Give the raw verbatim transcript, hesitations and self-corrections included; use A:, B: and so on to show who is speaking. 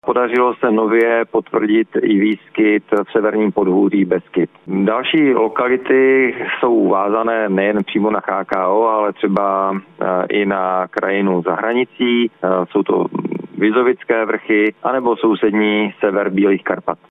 A: Podařilo se nově potvrdit i výskyt v severním podhůří Beskyt. Další lokality jsou vázané nejen přímo na H K O, ale třeba i na krajinu za hranicí. Jsou to Vizovické vrchy anebo sousední sever Bílých Karpat.